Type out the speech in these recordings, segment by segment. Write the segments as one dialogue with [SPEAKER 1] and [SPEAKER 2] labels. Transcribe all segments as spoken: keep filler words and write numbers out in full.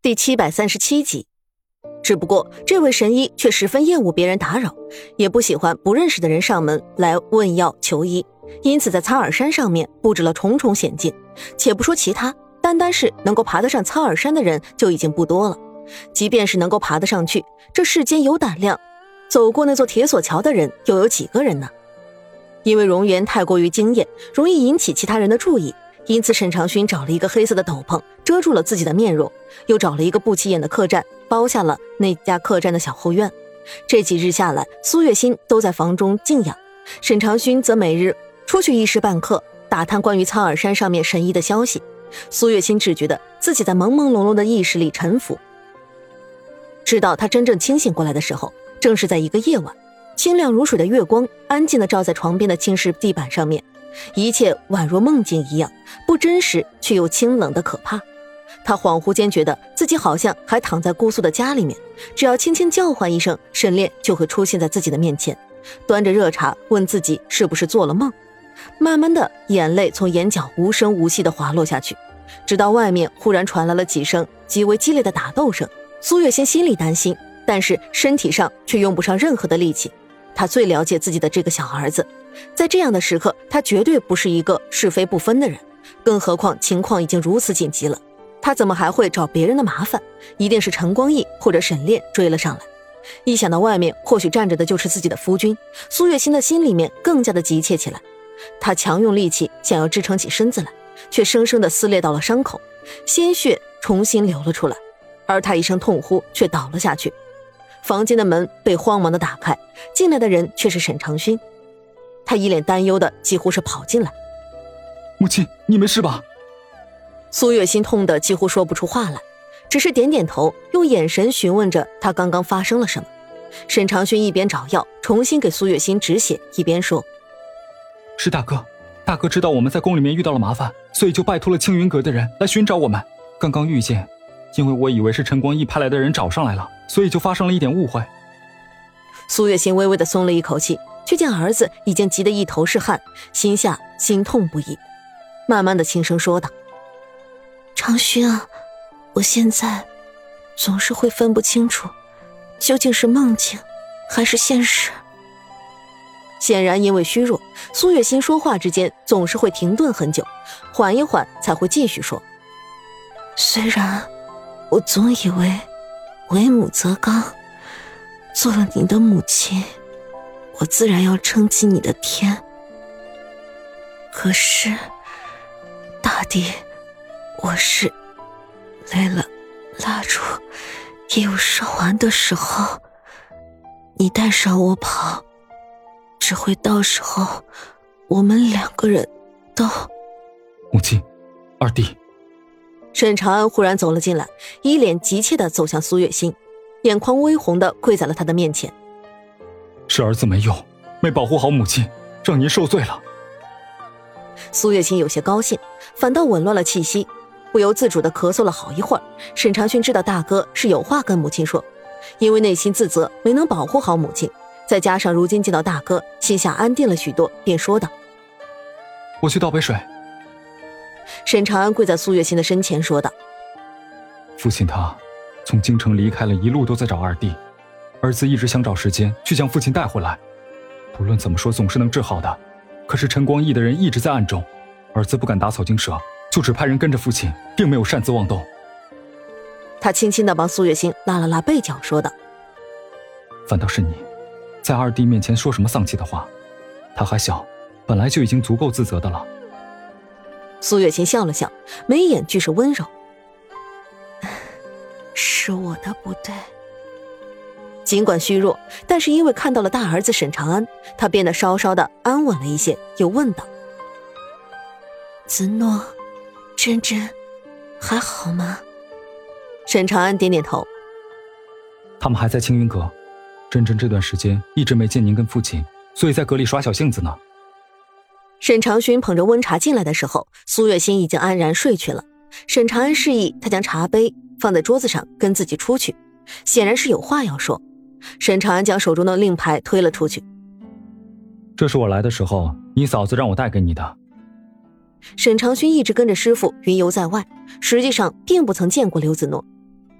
[SPEAKER 1] 第七百三十七集。只不过这位神医却十分厌恶别人打扰，也不喜欢不认识的人上门来问药求医，因此在苍耳山上面布置了重重险境。且不说其他，单单是能够爬得上苍耳山的人就已经不多了，即便是能够爬得上去，这世间有胆量走过那座铁索桥的人又有几个人呢？因为容颜太过于惊艳，容易引起其他人的注意，因此沈长勋找了一个黑色的斗篷遮住了自己的面容，又找了一个不起眼的客栈包下了那家客栈的小后院。这几日下来，苏月心都在房中静养，沈长勋则每日出去一时半刻打探关于苍耳山上面神医的消息。苏月心只觉得自己在朦朦胧胧的意识里沉浮，直到他真正清醒过来的时候，正是在一个夜晚，清亮如水的月光安静地照在床边的青石地板上面，一切宛若梦境一样，不真实却又清冷的可怕。他恍惚间觉得自己好像还躺在姑苏的家里面，只要轻轻叫唤一声，沈炼就会出现在自己的面前，端着热茶问自己是不是做了梦。慢慢的，眼泪从眼角无声无息地滑落下去，直到外面忽然传来了几声极为激烈的打斗声。苏月心心里担心，但是身体上却用不上任何的力气。他最了解自己的这个小儿子，在这样的时刻，他绝对不是一个是非不分的人，更何况情况已经如此紧急了，他怎么还会找别人的麻烦？一定是陈光义或者沈炼追了上来。一想到外面或许站着的就是自己的夫君，苏月心的心里面更加的急切起来。他强用力气想要支撑起身子来，却生生的撕裂到了伤口，鲜血重新流了出来，而他一声痛呼却倒了下去。房间的门被慌忙的打开，进来的人却是沈长勋。他一脸担忧的几乎是跑进来。
[SPEAKER 2] 母亲，你没事吧？
[SPEAKER 1] 苏月心痛得几乎说不出话来，只是点点头，用眼神询问着他刚刚发生了什么。沈长勋一边找药重新给苏月心止血，一边说，
[SPEAKER 2] 是大哥，大哥知道我们在宫里面遇到了麻烦，所以就拜托了青云阁的人来寻找我们。刚刚遇见，因为我以为是陈光义派来的人找上来了，所以就发生了一点误会。
[SPEAKER 1] 苏月心微微的松了一口气，却见儿子已经急得一头是汗，心下心痛不已，慢慢的轻声说道，长勋啊，我现在总是会分不清楚究竟是梦境还是现实。显然因为虚弱，苏月心说话之间总是会停顿很久，缓一缓才会继续说。虽然我总以为为母则刚，做了你的母亲，我自然要撑起你的天，可是大抵我是累了，蜡烛也有烧完的时候，你带上我跑，只会到时候我们两个人都……
[SPEAKER 2] 母亲，二弟。
[SPEAKER 1] 沈长安忽然走了进来，一脸急切地走向苏月心，眼眶微红地跪在了他的面前。
[SPEAKER 2] 是儿子没用，没保护好母亲，让您受罪了。
[SPEAKER 1] 苏月心有些高兴，反倒紊乱了气息，不由自主地咳嗽了好一会儿。沈长勋知道大哥是有话跟母亲说，因为内心自责没能保护好母亲，再加上如今见到大哥，心下安定了许多，便说道，
[SPEAKER 2] 我去倒杯水。
[SPEAKER 1] 沈长安跪在苏月心的身前说道，
[SPEAKER 2] 父亲他从京城离开了，一路都在找二弟，儿子一直想找时间去将父亲带回来，不论怎么说总是能治好的，可是陈光义的人一直在暗中，儿子不敢打草惊蛇，就只派人跟着父亲，并没有擅自妄动。
[SPEAKER 1] 他轻轻地帮苏月心拉了拉背角说道，
[SPEAKER 2] 反倒是你在二弟面前说什么丧气的话，他还小，本来就已经足够自责的了。
[SPEAKER 1] 苏月心笑了笑，眉眼俱是温柔，是我的不对。尽管虚弱，但是因为看到了大儿子沈长安，他变得稍稍的安稳了一些，又问道，子诺真真还好吗？沈长安点点头，
[SPEAKER 2] 他们还在青云阁，真真这段时间一直没见您跟父亲，所以在阁里耍小性子呢。
[SPEAKER 1] 沈长勋捧着温茶进来的时候，苏月心已经安然睡去了。沈长安示意他将茶杯放在桌子上，跟自己出去，显然是有话要说。沈长安将手中的令牌推了出去，
[SPEAKER 2] 这是我来的时候你嫂子让我带给你的。
[SPEAKER 1] 沈长勋一直跟着师父云游在外，实际上并不曾见过刘子诺。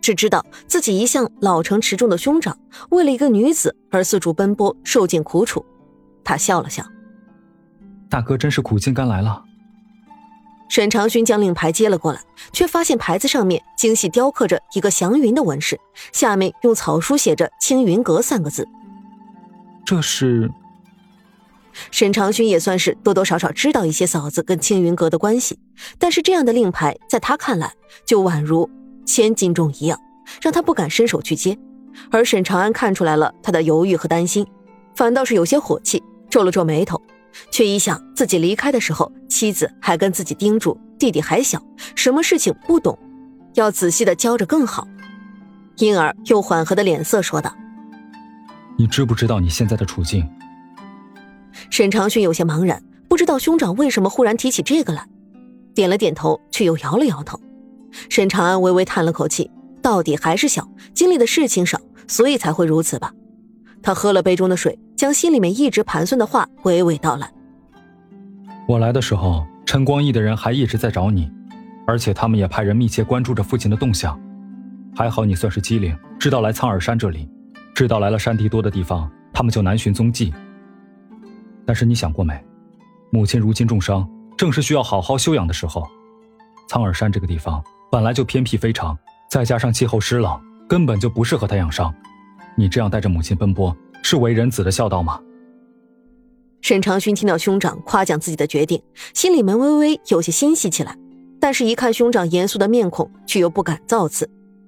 [SPEAKER 1] 只知道自己一向老成持重的兄长，为了一个女子而四处奔波，受尽苦楚。他笑了笑：“
[SPEAKER 2] 大哥真是苦尽甘来了。”
[SPEAKER 1] 沈长勋将令牌接了过来，却发现牌子上面精细雕刻着一个祥云的纹饰，下面用草书写着青云阁三个字。
[SPEAKER 2] 这是……
[SPEAKER 1] 沈长勋也算是多多少少知道一些嫂子跟青云阁的关系，但是这样的令牌在他看来就宛如千斤重一样，让他不敢伸手去接。而沈长安看出来了他的犹豫和担心，反倒是有些火气，皱了皱眉头，却一想自己离开的时候，妻子还跟自己叮嘱弟弟还小，什么事情不懂，要仔细的教着更好，因而又缓和的脸色说道：“
[SPEAKER 2] 你知不知道你现在的处境？”
[SPEAKER 1] 沈长勋有些茫然，不知道兄长为什么忽然提起这个来，点了点头，却又摇了摇头。沈长安微微叹了口气，到底还是小，经历的事情少，所以才会如此吧。他喝了杯中的水，将心里面一直盘算的话娓娓道来：“
[SPEAKER 2] 我来的时候，陈光义的人还一直在找你，而且他们也派人密切关注着父亲的动向。还好你算是机灵，知道来苍耳山这里，知道来了山地多的地方，他们就难寻踪迹。但是你想过没？母亲如今重伤，正是需要好好休养的时候。苍耳山这个地方本来就偏僻非常，再加上气候湿冷，根本就不适合他养伤。你这样带着母亲奔波，是为人子的孝道吗？”
[SPEAKER 1] 沈长勋听到兄长夸奖自己的决定，心里面微微有些欣喜起来，但是一看兄长严肃的面孔，却又不敢造次。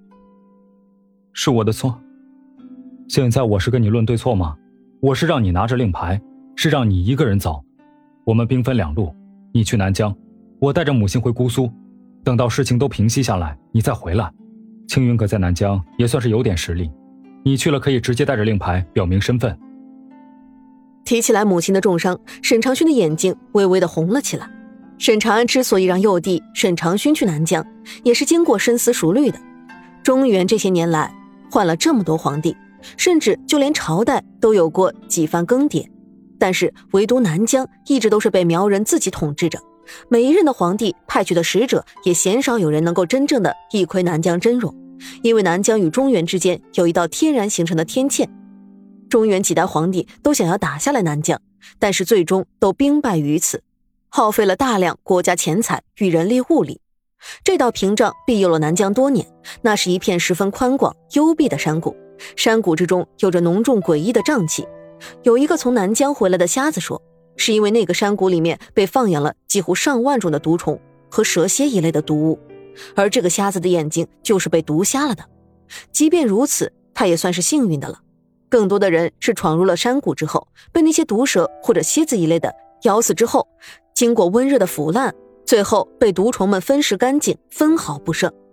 [SPEAKER 2] “是我的错。现在我是跟你论对错吗？我是让你拿着令牌，是让你一个人走。我们兵分两路，你去南疆，我带着母亲回姑苏，等到事情都平息下来，你再回来。青云阁在南疆也算是有点实力，你去了可以直接带着令牌表明身份。”
[SPEAKER 1] 提起来母亲的重伤，沈长勋的眼睛微微的红了起来。沈长安之所以让幼弟沈长勋去南疆，也是经过深思熟虑的。中原这些年来换了这么多皇帝，甚至就连朝代都有过几番更迭，但是唯独南疆一直都是被苗人自己统治着，每一任的皇帝派去的使者也鲜少有人能够真正的一窥南疆真容，因为南疆与中原之间有一道天然形成的天堑。中原几代皇帝都想要打下来南疆，但是最终都兵败于此，耗费了大量国家钱财与人力物力。这道屏障庇佑了南疆多年，那是一片十分宽广幽闭的山谷，山谷之中有着浓重诡异的瘴气。有一个从南疆回来的瞎子说，是因为那个山谷里面被放养了几乎上万种的毒虫和蛇蝎一类的毒物，而这个瞎子的眼睛就是被毒瞎了的。即便如此，他也算是幸运的了。更多的人是闯入了山谷之后，被那些毒蛇或者蝎子一类的咬死之后，经过温热的腐烂，最后被毒虫们分食干净，分毫不剩。